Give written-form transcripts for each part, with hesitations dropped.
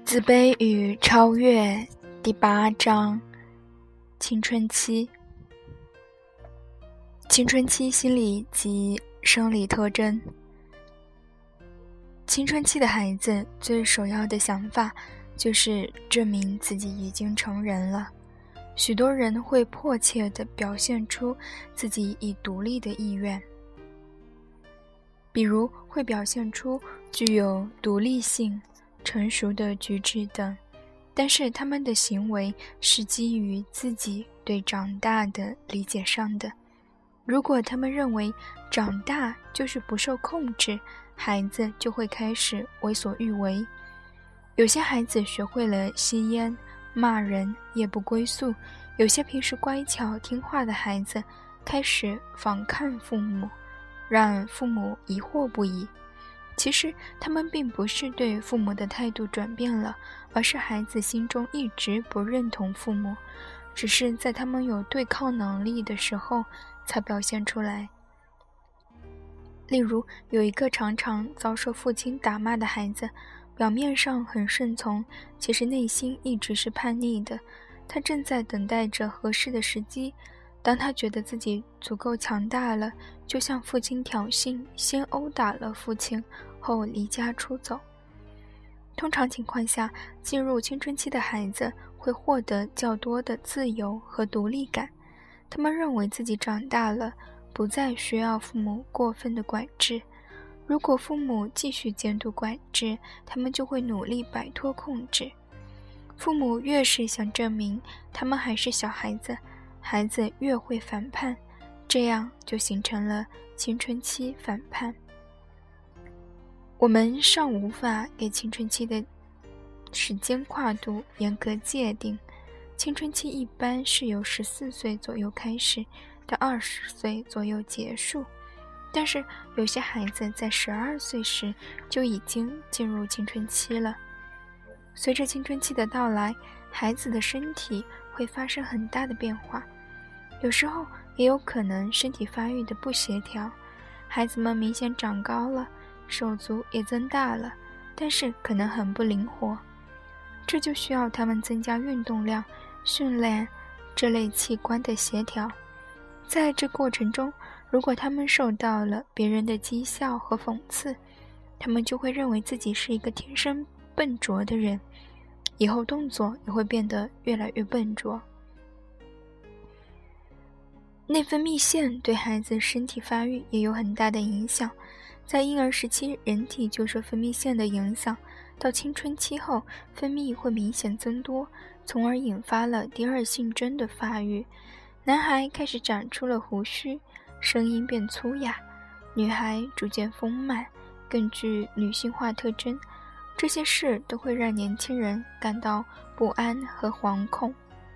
自卑与超越第8章：青春期。青春期心理及生理特征。青春期的孩子最首要的想法就是证明自己已经成人了。许多人会迫切地表现出自己已独立的意愿，比如会表现出具有独立性、成熟的举止等，但是他们的行为是基于自己对长大的理解上的。如果他们认为长大就是不受控制，孩子就会开始为所欲为。有些孩子学会了吸烟、骂人、夜不归宿，有些平时乖巧听话的孩子开始反抗父母，让父母疑惑不已。其实他们并不是对父母的态度转变了，而是孩子心中一直不认同父母，只是在他们有对抗能力的时候才表现出来。例如，有一个常常遭受父亲打骂的孩子，表面上很顺从，其实内心一直是叛逆的。他正在等待着合适的时机，当他觉得自己足够强大了，就向父亲挑衅，先殴打了父亲，后离家出走。通常情况下，进入青春期的孩子会获得较多的自由和独立感，他们认为自己长大了，不再需要父母过分的管制。如果父母继续监督管制，他们就会努力摆脱控制。父母越是想证明他们还是小孩子，孩子越会反叛，这样就形成了青春期反叛。我们尚无法给青春期的时间跨度严格界定，青春期一般是由14岁左右开始，到20岁左右结束，但是有些孩子在12岁时就已经进入青春期了。随着青春期的到来，孩子的身体会发生很大的变化，有时候也有可能身体发育的不协调，孩子们明显长高了，手足也增大了，但是可能很不灵活，这就需要他们增加运动量，训练这类器官的协调。在这过程中，如果他们受到了别人的讥笑和讽刺，他们就会认为自己是一个天生笨拙的人，以后动作也会变得越来越笨拙。内分泌腺对孩子身体发育也有很大的影响，在婴儿时期，人体就受分泌腺的影响，到青春期后，分泌会明显增多，从而引发了第二性征的发育。男孩开始长出了胡须，声音变粗哑，女孩逐渐丰满，更具女性化特征。这些事都会让年轻人感到不安和惶恐。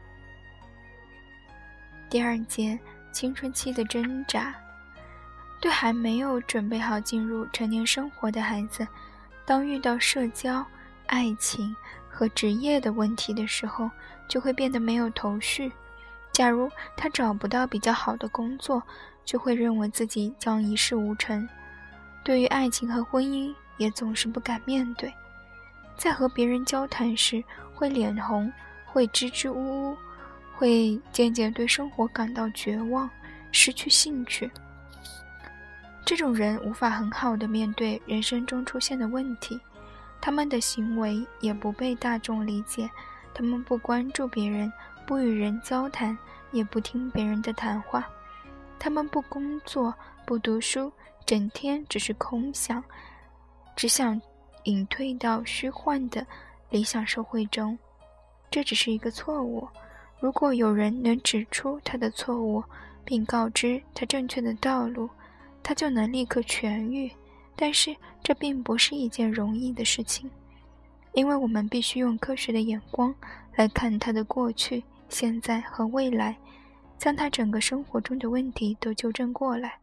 第2节，青春期的挣扎。对还没有准备好进入成年生活的孩子，当遇到社交、爱情和职业的问题的时候，就会变得没有头绪。假如他找不到比较好的工作，就会认为自己将一事无成。对于爱情和婚姻，也总是不敢面对。在和别人交谈时，会脸红，会支支吾吾，会渐渐对生活感到绝望，失去兴趣。这种人无法很好地面对人生中出现的问题，他们的行为也不被大众理解，他们不关注别人，不与人交谈，也不听别人的谈话。他们不工作，不读书，整天只是空想，只想隐退到虚幻的理想社会中。这只是一个错误，如果有人能指出他的错误，并告知他正确的道路，他就能立刻痊愈。但是这并不是一件容易的事情，因为我们必须用科学的眼光来看他的过去、现在和未来，将他整个生活中的问题都纠正过来。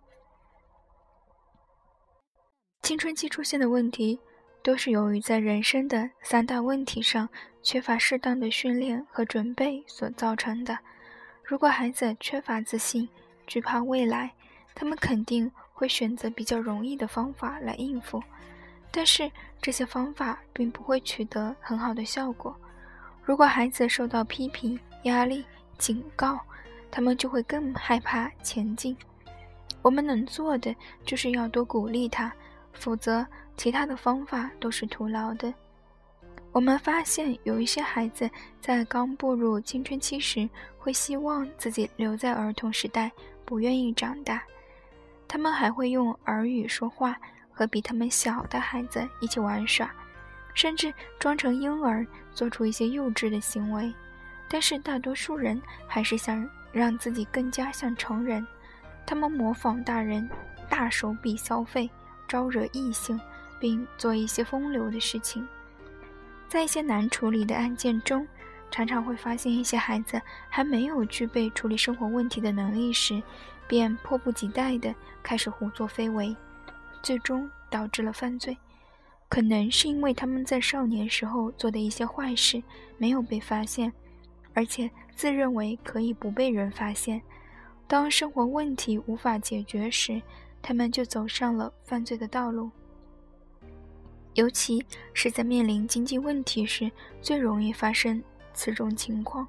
青春期出现的问题都是由于在人生的3大问题上缺乏适当的训练和准备所造成的。如果孩子缺乏自信，惧怕未来，他们肯定会选择比较容易的方法来应付。 但是这些方法并不会取得很好的效果。如果孩子受到批评、压力、警告，他们就会更害怕前进。我们能做的就是要多鼓励他，否则其他的方法都是徒劳的。我们发现有一些孩子在刚步入青春期时，会希望自己留在儿童时代，不愿意长大。他们还会用耳语说话，和比他们小的孩子一起玩耍，甚至装成婴儿，做出一些幼稚的行为。但是大多数人还是想让自己更加像成人，他们模仿大人，大手笔消费，招惹异性，并做一些风流的事情。在一些难处理的案件中，常常会发现一些孩子还没有具备处理生活问题的能力时，便迫不及待地开始胡作非为，最终导致了犯罪。可能是因为他们在少年时候做的一些坏事没有被发现，而且自认为可以不被人发现。当生活问题无法解决时，他们就走上了犯罪的道路。尤其是在面临经济问题时，最容易发生此种情况。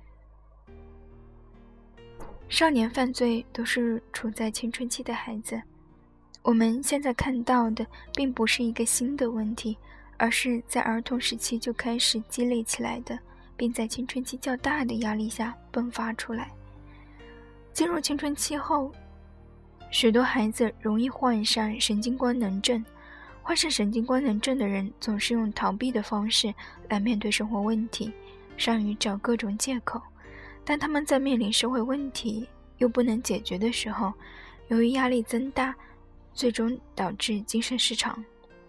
少年犯罪都是处在青春期的孩子。我们现在看到的并不是一个新的问题，而是在儿童时期就开始积累起来的，并在青春期较大的压力下迸发出来。进入青春期后，许多孩子容易患上神经官能症。患上神经官能症的人总是用逃避的方式来面对生活问题，善于找各种借口。但他们在面临社会问题又不能解决的时候，由于压力增大，最终导致精神失常。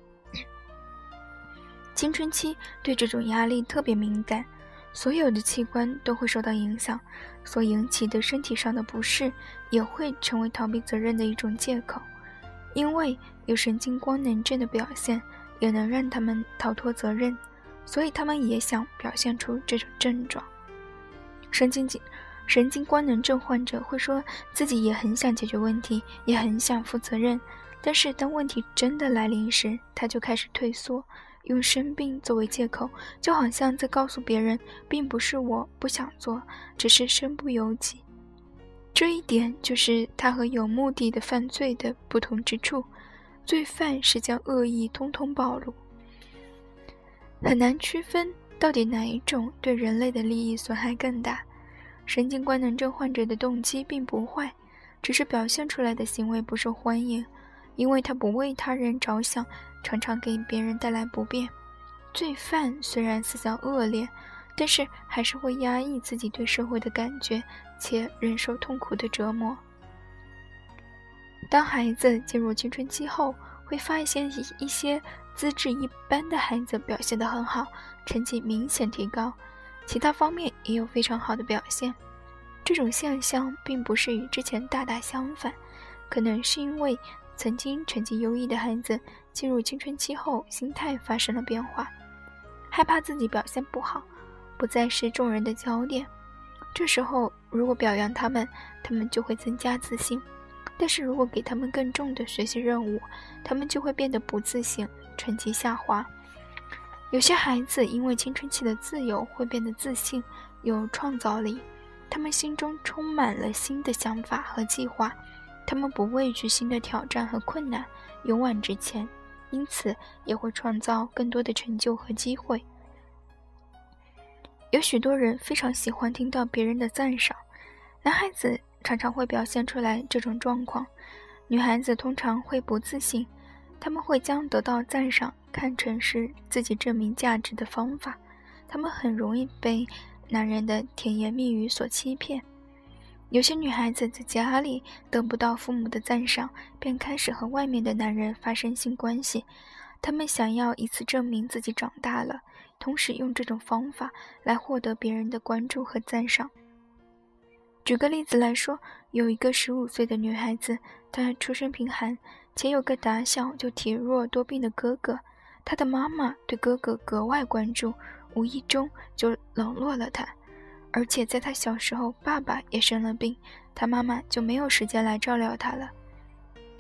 青春期对这种压力特别敏感，所有的器官都会受到影响，所引起的身体上的不适也会成为逃避责任的一种借口。因为有神经官能症的表现也能让他们逃脱责任，所以他们也想表现出这种症状。神经官能症患者会说自己也很想解决问题，也很想负责任，但是当问题真的来临时，他就开始退缩，用生病作为借口，就好像在告诉别人，并不是我不想做，只是身不由己。这一点就是他和有目的的犯罪的不同之处，罪犯是将恶意通通暴露，很难区分到底哪一种对人类的利益损害更大。神经官能症患者的动机并不坏，只是表现出来的行为不受欢迎，因为他不为他人着想，常常给别人带来不便。罪犯虽然思想恶劣，但是还是会压抑自己对社会的感觉，且忍受痛苦的折磨。当孩子进入青春期后，会发现一些资质一般的孩子表现得很好，成绩明显提高，其他方面也有非常好的表现。这种现象并不是与之前大大相反，可能是因为曾经成绩优异的孩子进入青春期后，心态发生了变化，害怕自己表现不好，不再是众人的焦点。这时候如果表扬他们就会增加自信，但是如果给他们更重的学习任务，他们就会变得不自信，成绩下滑。有些孩子因为青春期的自由会变得自信，有创造力，他们心中充满了新的想法和计划，他们不畏惧新的挑战和困难，勇往直前，因此也会创造更多的成就和机会。有许多人非常喜欢听到别人的赞赏，男孩子常常会表现出来这种状况，女孩子通常会不自信，他们会将得到赞赏看成是自己证明价值的方法，他们很容易被男人的甜言蜜语所欺骗。有些女孩子在家里得不到父母的赞赏，便开始和外面的男人发生性关系，他们想要以此证明自己长大了，同时用这种方法来获得别人的关注和赞赏。举个例子来说，有一个15岁的女孩子，她出身贫寒，且有个打小就体弱多病的哥哥，她的妈妈对哥哥格外关注，无意中就冷落了他，而且在她小时候爸爸也生了病，她妈妈就没有时间来照料她了。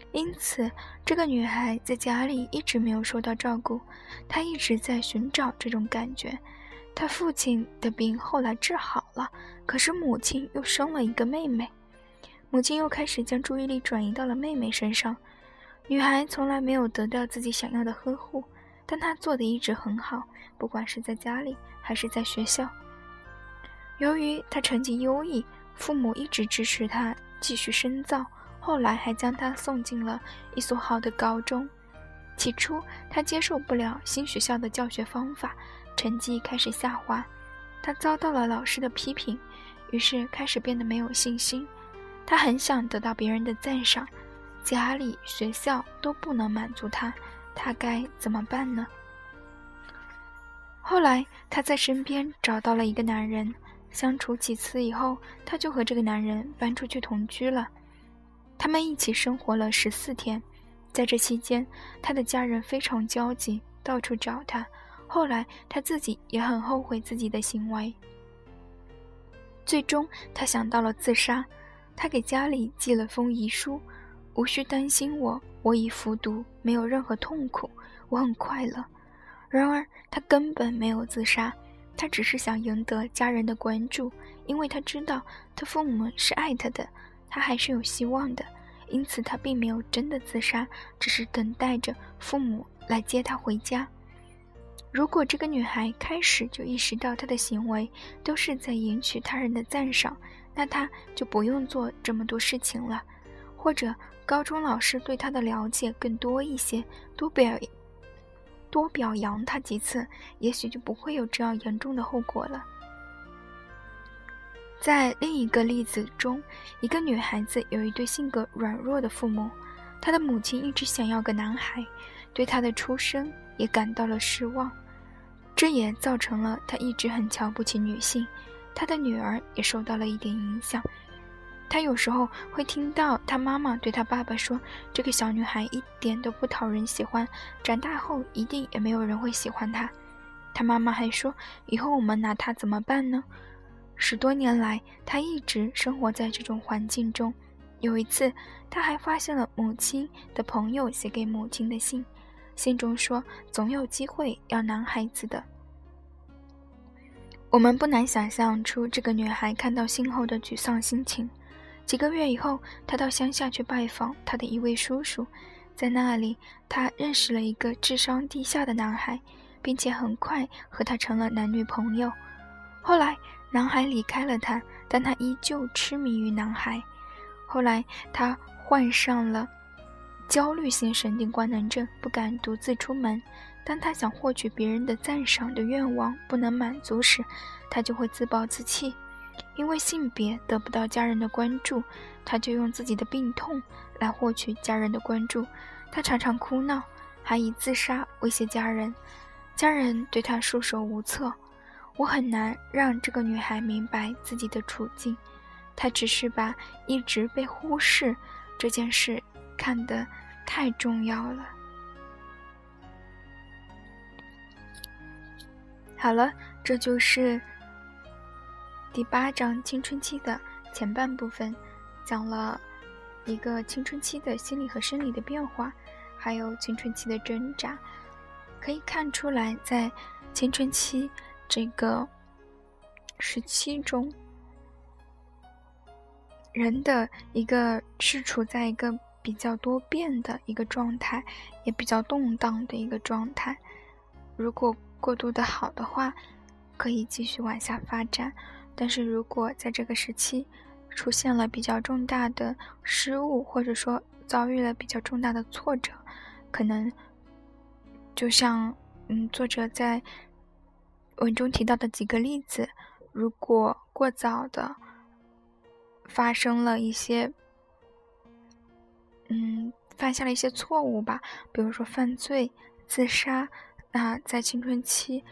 因此这个女孩在家里一直没有受到照顾，她一直在寻找这种感觉。她父亲的病后来治好了，可是母亲又生了一个妹妹，母亲又开始将注意力转移到了妹妹身上。女孩从来没有得到自己想要的呵护，但她做的一直很好，不管是在家里还是在学校。由于她成绩优异，父母一直支持她继续深造，后来还将她送进了一所好的高中。起初她接受不了新学校的教学方法，成绩开始下滑，她遭到了老师的批评，于是开始变得没有信心。她很想得到别人的赞赏，家里学校都不能满足她，她该怎么办呢？后来她在身边找到了一个男人，相处几次以后，她就和这个男人搬出去同居了。他们一起生活了14天，在这期间，她的家人非常焦急，到处找她。后来她自己也很后悔自己的行为，最终她想到了自杀。她给家里寄了封遗书，无需担心我已服毒，没有任何痛苦，我很快乐。然而她根本没有自杀，她只是想赢得家人的关注，因为她知道她父母是爱她的，她还是有希望的，因此她并没有真的自杀，只是等待着父母来接她回家。如果这个女孩开始就意识到她的行为都是在赢取他人的赞赏，那她就不用做这么多事情了。或者高中老师对她的了解更多一些，多表扬她几次，也许就不会有这样严重的后果了。在另一个例子中，一个女孩子有一对性格软弱的父母，她的母亲一直想要个男孩，对她的出生也感到了失望，这也造成了她一直很瞧不起女性。她的女儿也受到了一点影响，她有时候会听到她妈妈对她爸爸说，这个小女孩一点都不讨人喜欢，长大后一定也没有人会喜欢她。她妈妈还说，以后我们拿她怎么办呢？10多年来，她一直生活在这种环境中。有一次，她还发现了母亲的朋友写给母亲的信，信中说总有机会要男孩子的。我们不难想象出这个女孩看到信后的沮丧心情。几个月以后，她到乡下去拜访她的一位叔叔，在那里她认识了一个智商低下的男孩，并且很快和他成了男女朋友。后来男孩离开了她，但她依旧痴迷于男孩。后来她患上了焦虑性神经官能症，不敢独自出门。当她想获取别人的赞赏的愿望不能满足时，她就会自暴自弃。因为性别得不到家人的关注，她就用自己的病痛来获取家人的关注。她常常哭闹，还以自杀威胁家人。家人对她束手无策。我很难让这个女孩明白自己的处境，她只是把一直被忽视这件事看得太重要了。好了，这就是第8章青春期的前半部分，讲了一个青春期的心理和生理的变化，还有青春期的挣扎。可以看出来，在青春期这个时期中，人的一个是处在一个比较多变的一个状态，也比较动荡的一个状态。如果过渡的好的话，可以继续往下发展，但是如果在这个时期出现了比较重大的失误，或者说遭遇了比较重大的挫折，可能就像作者在文中提到的几个例子，如果过早的发生了一些犯下了一些错误吧，比如说犯罪、自杀，那在青春期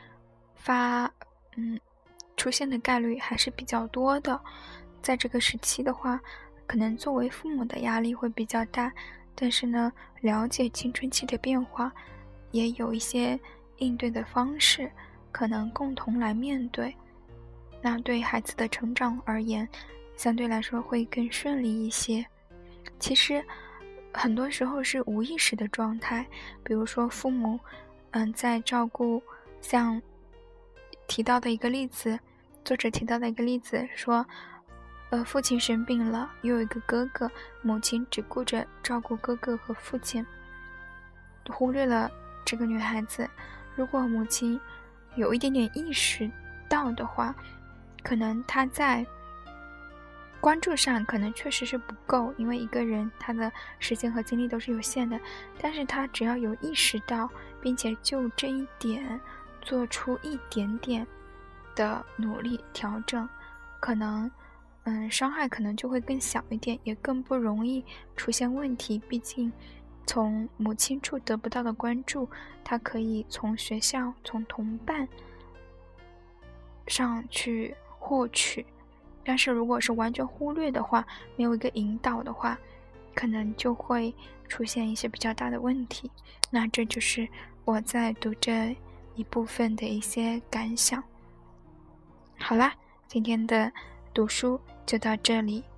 出现的概率还是比较多的。在这个时期的话，可能作为父母的压力会比较大，但是呢，了解青春期的变化，也有一些应对的方式，可能共同来面对。那对孩子的成长而言，相对来说会更顺利一些。其实很多时候是无意识的状态，比如说父母在照顾，像提到的一个例子，作者提到的一个例子说，父亲生病了，又有一个哥哥，母亲只顾着照顾哥哥和父亲，忽略了这个女孩子。如果母亲有一点点意识到的话，可能她在关注上可能确实是不够，因为一个人他的时间和精力都是有限的，但是他只要有意识到，并且就这一点做出一点点的努力调整，可能伤害可能就会更小一点，也更不容易出现问题。毕竟从母亲处得不到的关注，他可以从学校从同伴上去获取，但是如果是完全忽略的话，没有一个引导的话，可能就会出现一些比较大的问题。那这就是我在读这一部分的一些感想。好啦，今天的读书就到这里。